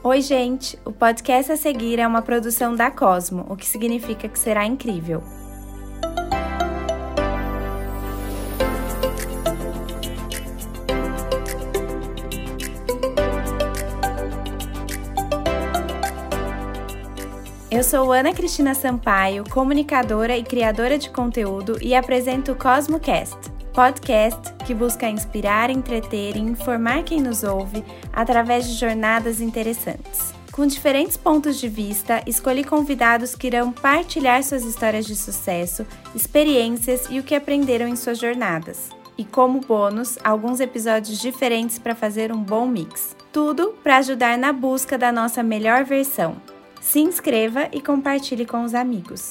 Oi, gente! O podcast a seguir é uma produção da Cosmo, o que significa que será incrível. Eu sou Ana Cristina Sampaio, comunicadora e criadora de conteúdo e apresento o CosmoCast, podcast que busca inspirar, entreter e informar quem nos ouve através de jornadas interessantes. Com diferentes pontos de vista, escolhi convidados que irão partilhar suas histórias de sucesso, experiências e o que aprenderam em suas jornadas. E como bônus, alguns episódios diferentes para fazer um bom mix. Tudo para ajudar na busca da nossa melhor versão. Se inscreva e compartilhe com os amigos.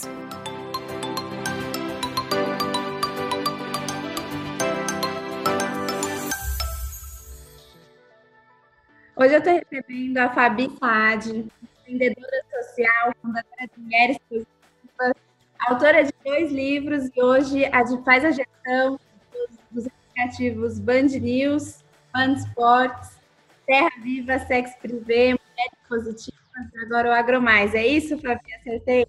Hoje eu estou recebendo a Fabi Saad, empreendedora social, fundadora de Mulheres Positivas, autora de 2 livros e hoje faz a gestão dos aplicativos Band News, Band Sports, Terra Viva, Sex Privé, Mulheres Positivas. Agora o AgroMais, é isso, Fabi? Acertei?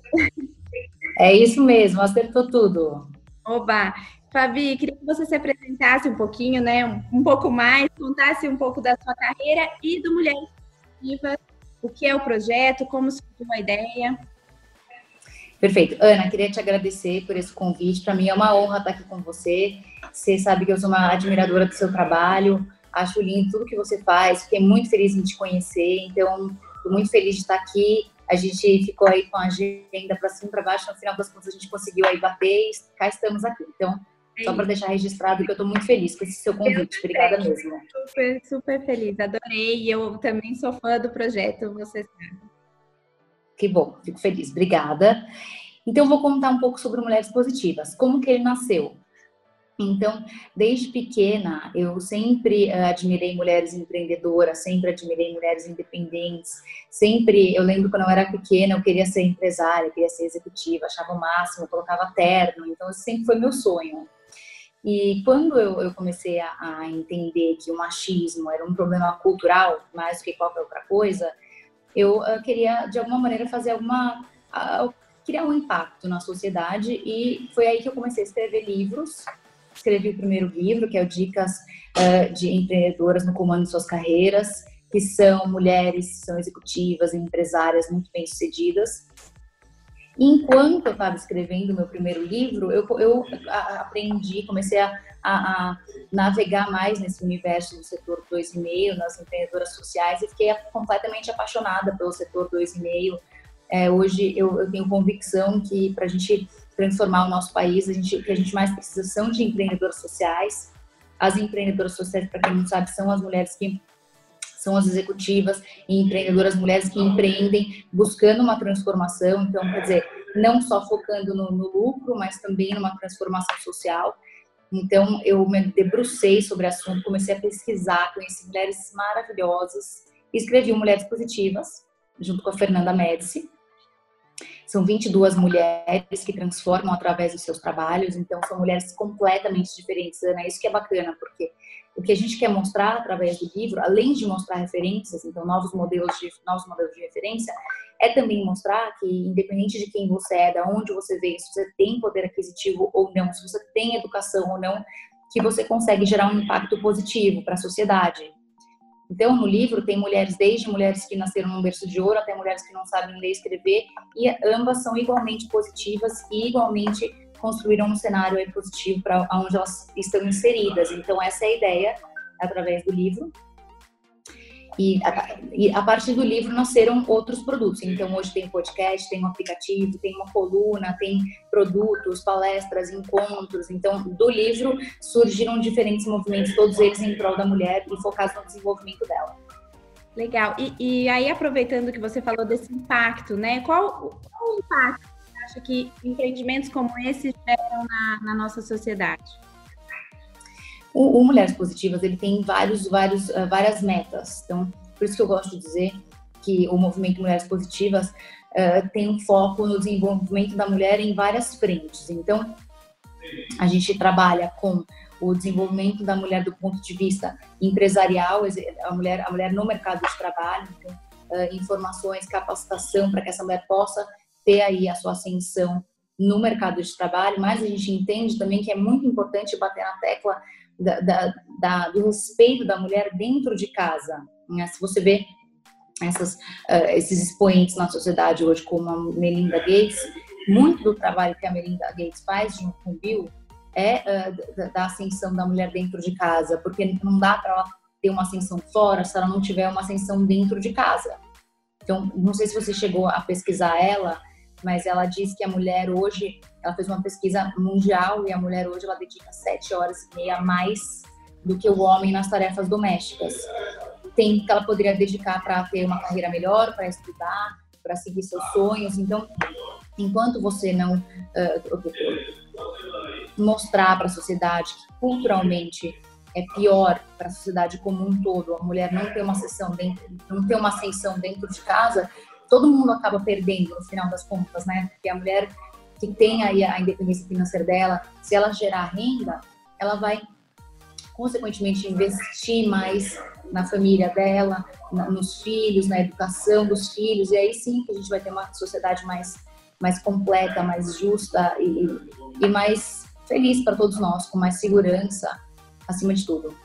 É isso mesmo, acertou tudo. Oba! Fabi, queria que você se apresentasse um pouquinho, né? Um pouco mais, contasse um pouco da sua carreira e do Mulheres Positivas, o que é o projeto, como surgiu a ideia. Perfeito. Ana, queria te agradecer por esse convite. Para mim é uma honra estar aqui com você. Você sabe que eu sou uma admiradora do seu trabalho, acho lindo tudo que você faz, fiquei muito feliz em te conhecer, então estou muito feliz de estar aqui. A gente ficou aí com a agenda para cima e para baixo, no final das contas a gente conseguiu aí bater e cá estamos aqui. Então, só para deixar registrado que eu estou muito feliz com esse seu convite. Obrigada mesmo. Super feliz, adorei. E eu também sou fã do projeto, você sabe. Que bom, fico feliz. Obrigada. Então, vou contar um pouco sobre Mulheres Positivas. Como que ele nasceu? Então, desde pequena, eu sempre admirei mulheres empreendedoras, sempre admirei mulheres independentes, sempre, eu lembro quando eu era pequena, eu queria ser empresária, queria ser executiva, achava o máximo, colocava terno, então esse sempre foi meu sonho. E quando eu comecei a entender que o machismo era um problema cultural, mais do que qualquer outra coisa, eu queria, de alguma maneira, criar um impacto na sociedade, e foi aí que eu comecei a escrever livros. Escrevi o primeiro livro, que é o Dicas de Empreendedoras no Comando de Suas Carreiras, que são mulheres, são executivas e empresárias muito bem-sucedidas. Enquanto eu estava escrevendo o meu primeiro livro, eu aprendi, comecei a navegar mais nesse universo do setor 2,5, nas empreendedoras sociais, e fiquei completamente apaixonada pelo setor 2,5. Hoje eu tenho convicção que para a gente transformar o nosso país, o que a gente mais precisa são de empreendedoras sociais. As empreendedoras sociais, para quem não sabe, são as mulheres que são as executivas e empreendedoras, mulheres que empreendem buscando uma transformação. Então, quer dizer, não só focando no lucro, mas também numa transformação social. Então, eu me debrucei sobre o assunto, comecei a pesquisar, conheci mulheres maravilhosas, escrevi Mulheres Positivas, junto com a Fernanda Médici. São 22 mulheres que transformam através dos seus trabalhos, então são mulheres completamente diferentes, Ana. Isso que é bacana, porque o que a gente quer mostrar através do livro, além de mostrar referências, então novos modelos de referência, é também mostrar que, independente de quem você é, de onde você veio, se você tem poder aquisitivo ou não, se você tem educação ou não, que você consegue gerar um impacto positivo para a sociedade. Então, no livro tem mulheres, desde mulheres que nasceram num berço de ouro até mulheres que não sabem ler e escrever, e ambas são igualmente positivas e igualmente construíram um cenário positivo para onde elas estão inseridas. Então, essa é a ideia, através do livro. E a partir do livro nasceram outros produtos. Então, hoje tem podcast, tem um aplicativo, tem uma coluna, tem produtos, palestras, encontros. Então, do livro surgiram diferentes movimentos, todos eles em prol da mulher e focados no desenvolvimento dela. Legal. E aí, aproveitando que você falou desse impacto, né? Qual o impacto que você acha que empreendimentos como esse geram na nossa sociedade? O Mulheres Positivas, ele tem várias metas. Então, por isso que eu gosto de dizer que o movimento Mulheres Positivas tem um foco no desenvolvimento da mulher em várias frentes. Então, a gente trabalha com o desenvolvimento da mulher do ponto de vista empresarial, a mulher no mercado de trabalho. Então, informações, capacitação para que essa mulher possa ter aí a sua ascensão no mercado de trabalho, mas a gente entende também que é muito importante bater na tecla do respeito da mulher dentro de casa, né? Se você vê esses expoentes na sociedade hoje, como a Melinda Gates, muito do trabalho que a Melinda Gates faz junto com o Bill é da ascensão da mulher dentro de casa, porque não dá para ela ter uma ascensão fora se ela não tiver uma ascensão dentro de casa. Então, não sei se você chegou a pesquisar ela, mas ela diz que a mulher hoje, ela fez uma pesquisa mundial e a mulher hoje ela dedica 7 horas e meia a mais do que o homem nas tarefas domésticas. Tem que ela poderia dedicar para ter uma carreira melhor, para estudar, para seguir seus sonhos. Então, enquanto você não mostrar para a sociedade que culturalmente é pior para a sociedade como um todo, a mulher não ter uma ascensão dentro de casa, todo mundo acaba perdendo no final das contas, né? Porque a mulher que tem aí a independência financeira dela, se ela gerar renda, ela vai consequentemente investir mais na família dela, nos filhos, na educação dos filhos, e aí sim que a gente vai ter uma sociedade mais completa, mais justa e mais feliz para todos nós, com mais segurança, acima de tudo.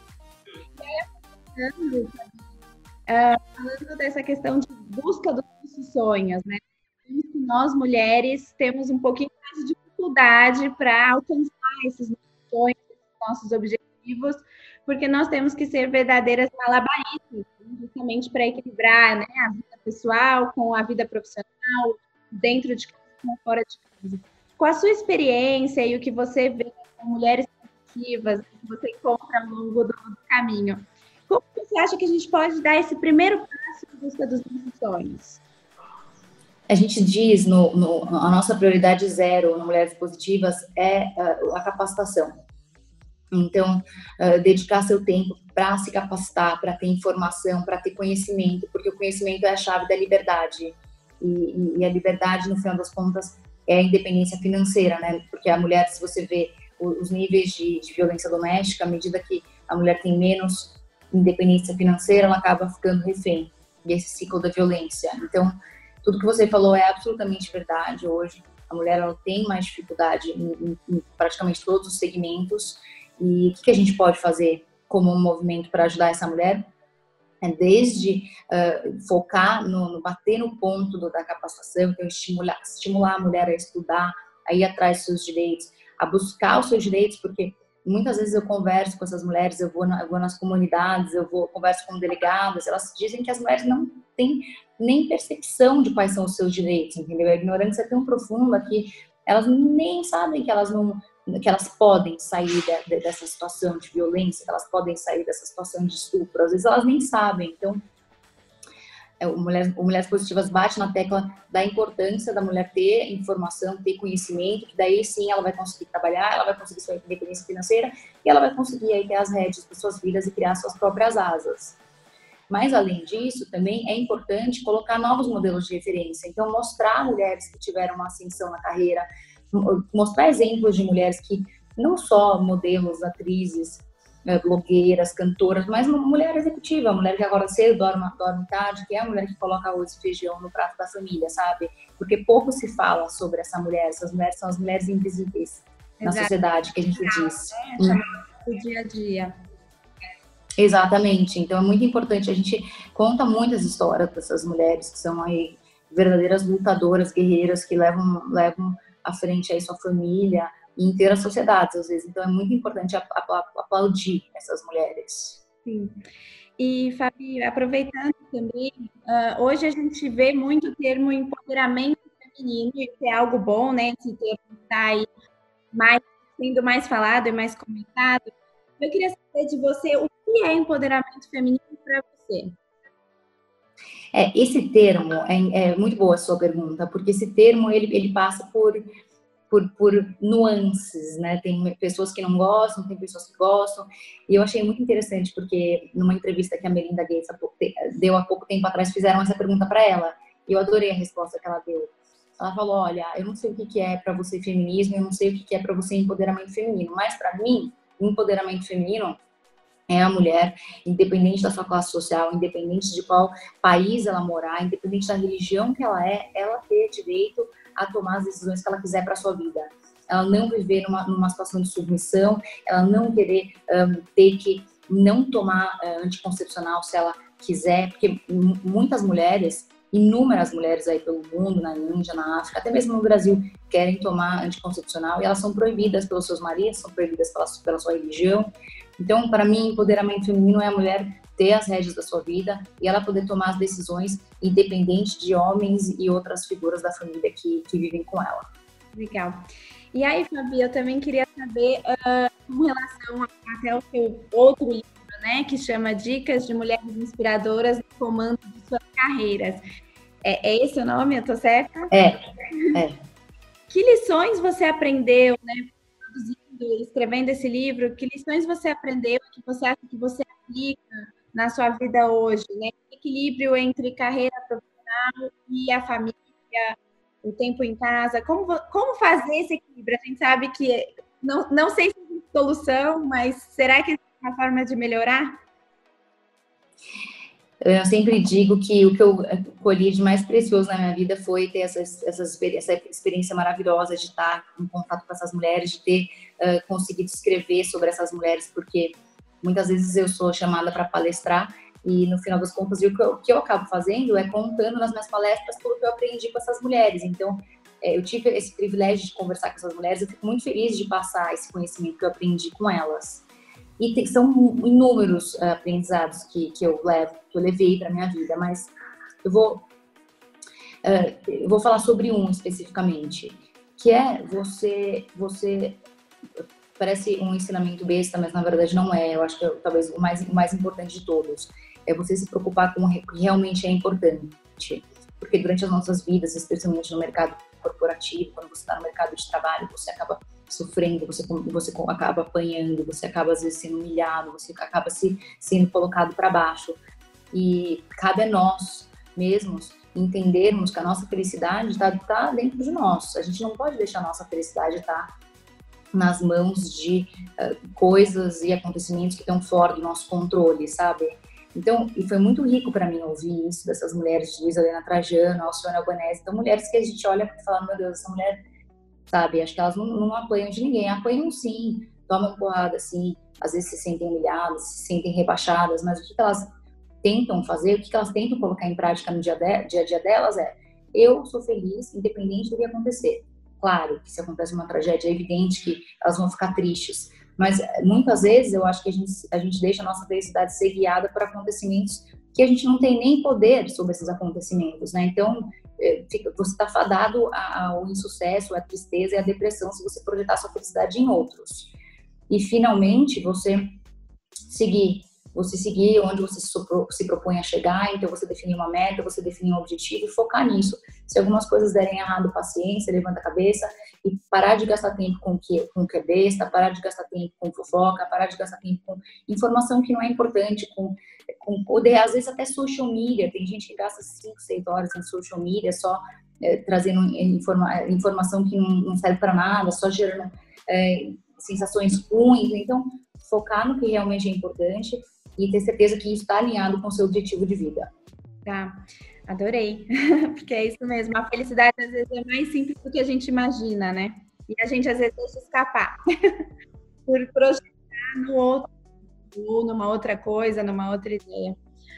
Falando dessa questão de busca dos nossos sonhos, né? Nós, mulheres, temos um pouquinho mais de dificuldade para alcançar esses nossos sonhos, esses nossos objetivos, porque nós temos que ser verdadeiras malabaristas, justamente para equilibrar, né, a vida pessoal com a vida profissional, dentro de casa e fora de casa. Com a sua experiência e o que você vê com mulheres positivas, que você encontra ao longo do caminho, como você acha que a gente pode dar esse primeiro passo em busca dos nossos sonhos? A gente diz, a nossa prioridade zero no Mulheres Positivas é a capacitação. Então, dedicar seu tempo para se capacitar, para ter informação, para ter conhecimento, porque o conhecimento é a chave da liberdade. E a liberdade, no final das contas, é a independência financeira, né? Porque a mulher, se você vê os níveis de violência doméstica, à medida que a mulher tem menos independência financeira, ela acaba ficando refém desse ciclo da violência. Então, tudo que você falou é absolutamente verdade. Hoje, a mulher ela tem mais dificuldade em praticamente todos os segmentos. E o que a gente pode fazer como um movimento para ajudar essa mulher? É desde focar no bater no ponto da capacitação, então estimular a mulher a estudar, a ir atrás dos seus direitos, a buscar os seus direitos, porque muitas vezes eu converso com essas mulheres, eu vou nas comunidades, converso com delegadas, elas dizem que as mulheres não têm nem percepção de quais são os seus direitos, entendeu? A ignorância é tão profunda que elas nem sabem que elas podem sair dessa situação de violência, que elas podem sair dessa situação de estupro. Às vezes elas nem sabem. Então, o Mulheres Positivas bate na tecla da importância da mulher ter informação, ter conhecimento, que daí sim ela vai conseguir trabalhar, ela vai conseguir sua independência financeira e ela vai conseguir aí ter as rédeas das suas vidas e criar suas próprias asas. Mas, além disso, também é importante colocar novos modelos de referência. Então, mostrar mulheres que tiveram uma ascensão na carreira, mostrar exemplos de mulheres que, não só modelos, atrizes, blogueiras, cantoras, mas uma mulher executiva, a mulher que agora cedo dorme tarde, que é a mulher que coloca arroz e feijão no prato da família, sabe? Porque pouco se fala sobre essa mulher, essas mulheres são as mulheres invisíveis na sociedade, que a gente diz. Do dia a dia. Exatamente, então é muito importante, a gente conta muitas histórias dessas mulheres que são aí verdadeiras lutadoras, guerreiras, que levam à frente aí sua família e inteira a sociedade, às vezes, então é muito importante aplaudir essas mulheres. Sim. E, Fabi, aproveitando também, hoje a gente vê muito o termo empoderamento feminino, que é algo bom, né, esse termo está aí sendo mais falado e mais comentado. Eu queria saber de você, o que é empoderamento feminino para você? Esse termo, é muito boa a sua pergunta, porque esse termo, ele passa por nuances, né? Tem pessoas que não gostam, tem pessoas que gostam, e eu achei muito interessante, porque numa entrevista que a Melinda Gates deu há pouco tempo atrás, fizeram essa pergunta para ela, e eu adorei a resposta que ela deu. Ela falou, olha, eu não sei o que é para você feminismo, eu não sei o que é para você empoderamento feminino, mas para mim, empoderamento feminino é a mulher, independente da sua classe social, independente de qual país ela morar, independente da religião que ela ter direito a tomar as decisões que ela quiser para sua vida. Ela não viver numa situação de submissão, ela não querer ter que não tomar anticoncepcional se ela quiser, porque muitas mulheres, inúmeras mulheres aí pelo mundo, na Índia, na África, até mesmo no Brasil, querem tomar anticoncepcional e elas são proibidas pelos seus maridos, são proibidas pela sua religião. Então, para mim, empoderamento feminino é a mulher ter as rédeas da sua vida e ela poder tomar as decisões independente de homens e outras figuras da família que vivem com ela. Legal. E aí, Fabi, eu também queria saber com relação até o seu outro livro, né, que chama Dicas de Mulheres Inspiradoras no Comando de Suas Carreiras. É esse o nome? Eu tô certa? É. Que lições você aprendeu, né, produzindo, escrevendo esse livro? Que lições você aprendeu que você acha que você aplica na sua vida hoje, né? Equilíbrio entre carreira profissional e a família, o tempo em casa. Como fazer esse equilíbrio? A gente sabe que não sei se existe solução, mas será que existe uma forma de melhorar? Eu sempre digo que o que eu colhi de mais precioso na minha vida foi ter essa experiência maravilhosa de estar em contato com essas mulheres, de ter conseguido escrever sobre essas mulheres, porque muitas vezes eu sou chamada para palestrar e, no final das contas, o que eu acabo fazendo é contando nas minhas palestras tudo que eu aprendi com essas mulheres. Então, eu tive esse privilégio de conversar com essas mulheres, eu fico muito feliz de passar esse conhecimento que eu aprendi com elas. E são inúmeros aprendizados que eu levei para minha vida, mas eu vou falar sobre um especificamente, que é você parece um ensinamento besta, mas na verdade não é. Eu acho que talvez o mais importante de todos é você se preocupar com o que realmente é importante, porque durante as nossas vidas, especialmente no mercado corporativo, quando você está no mercado de trabalho, você acaba sofrendo, você acaba apanhando, você acaba às vezes sendo humilhado, você acaba sendo colocado para baixo. E cabe a nós mesmos entendermos que a nossa felicidade está dentro de nós. A gente não pode deixar a nossa felicidade estar nas mãos de coisas e acontecimentos que estão fora do nosso controle, sabe? Então, e foi muito rico para mim ouvir isso dessas mulheres, de Luiz Helena Trajano, Alcione Albanese, então mulheres que a gente olha e fala, meu Deus, essa mulher, sabe, acho que elas não apanham de ninguém, apanham sim, tomam porrada sim, às vezes se sentem humilhadas, se sentem rebaixadas, mas o que elas tentam fazer, o que elas tentam colocar em prática no dia a dia delas eu sou feliz, independente do que acontecer. Claro que se acontece uma tragédia, é evidente que elas vão ficar tristes, mas muitas vezes eu acho que a gente deixa a nossa felicidade ser guiada por acontecimentos que a gente não tem nem poder sobre esses acontecimentos, né? Então, você está fadado ao insucesso, à tristeza e à depressão se você projetar sua felicidade em outros. E, finalmente, você seguir onde você se propõe a chegar, então você definir uma meta, você definir um objetivo e focar nisso. Se algumas coisas derem errado, paciência, levanta a cabeça e parar de gastar tempo com o que é besta, parar de gastar tempo com fofoca, parar de gastar tempo com informação que não é importante, com poder, às vezes até social media. Tem gente que gasta 5, 6 horas em social media só trazendo informação que não serve para nada, só gerando sensações ruins. Então, focar no que realmente é importante e ter certeza que isso está alinhado com o seu objetivo de vida. Tá, adorei, porque é isso mesmo, a felicidade às vezes é mais simples do que a gente imagina, né? E a gente às vezes deixa escapar por projetar no outro, ou numa outra coisa, numa outra ideia.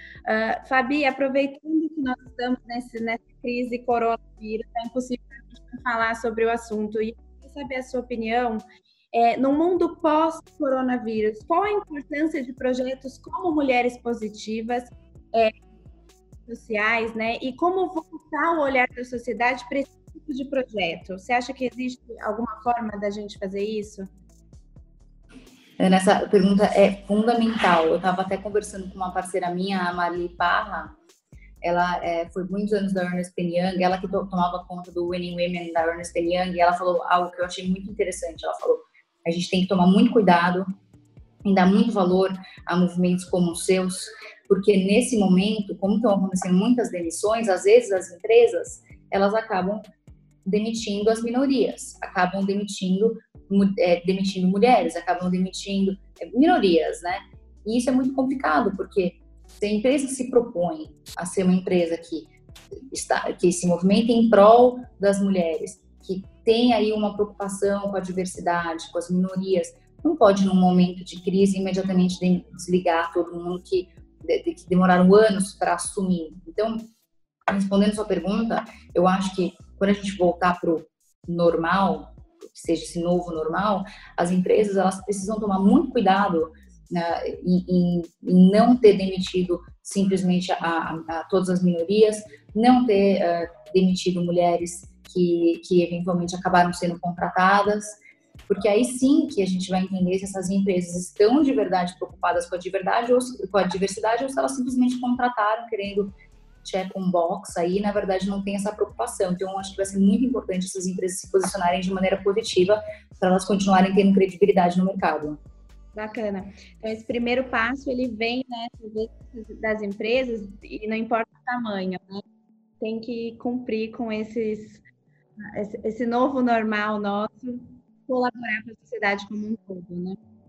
Fabi, aproveitando que nós estamos nessa crise coronavírus, é impossível a gente não falar sobre o assunto, e eu queria saber a sua opinião. No mundo pós-coronavírus, qual a importância de projetos como Mulheres Positivas, sociais, né? E como voltar o olhar da sociedade para esse tipo de projeto? Você acha que existe alguma forma da gente fazer isso? Essa pergunta é fundamental. Eu estava até conversando com uma parceira minha, a Marli Parra. Ela foi muitos anos da Ernst & Young, ela que tomava conta do Winning Women da Ernst & Young, e ela falou algo que eu achei muito interessante. Ela falou: a gente tem que tomar muito cuidado e dar muito valor a movimentos como os seus, porque nesse momento, como estão acontecendo muitas demissões, às vezes as empresas, elas acabam demitindo as minorias, acabam demitindo mulheres, acabam demitindo minorias, né? E isso é muito complicado, porque se a empresa se propõe a ser uma empresa que se movimenta em prol das mulheres, que tem aí uma preocupação com a diversidade, com as minorias, não pode, num momento de crise, imediatamente desligar todo mundo que demoraram anos para assumir. Então, respondendo sua pergunta, eu acho que quando a gente voltar para o normal, seja esse novo normal, as empresas elas precisam tomar muito cuidado, né, em não ter demitido simplesmente a todas as minorias, não ter demitido mulheres que eventualmente acabaram sendo contratadas, porque aí sim que a gente vai entender se essas empresas estão de verdade preocupadas com a diversidade ou se elas simplesmente contrataram querendo check um box aí, na verdade não tem essa preocupação. Então, eu acho que vai ser muito importante essas empresas se posicionarem de maneira positiva para elas continuarem tendo credibilidade no mercado. Bacana. Então, esse primeiro passo, ele vem, né, das empresas, e não importa o tamanho, né? Tem que cumprir com esse novo normal nosso, colaborar para a sociedade como um todo, né?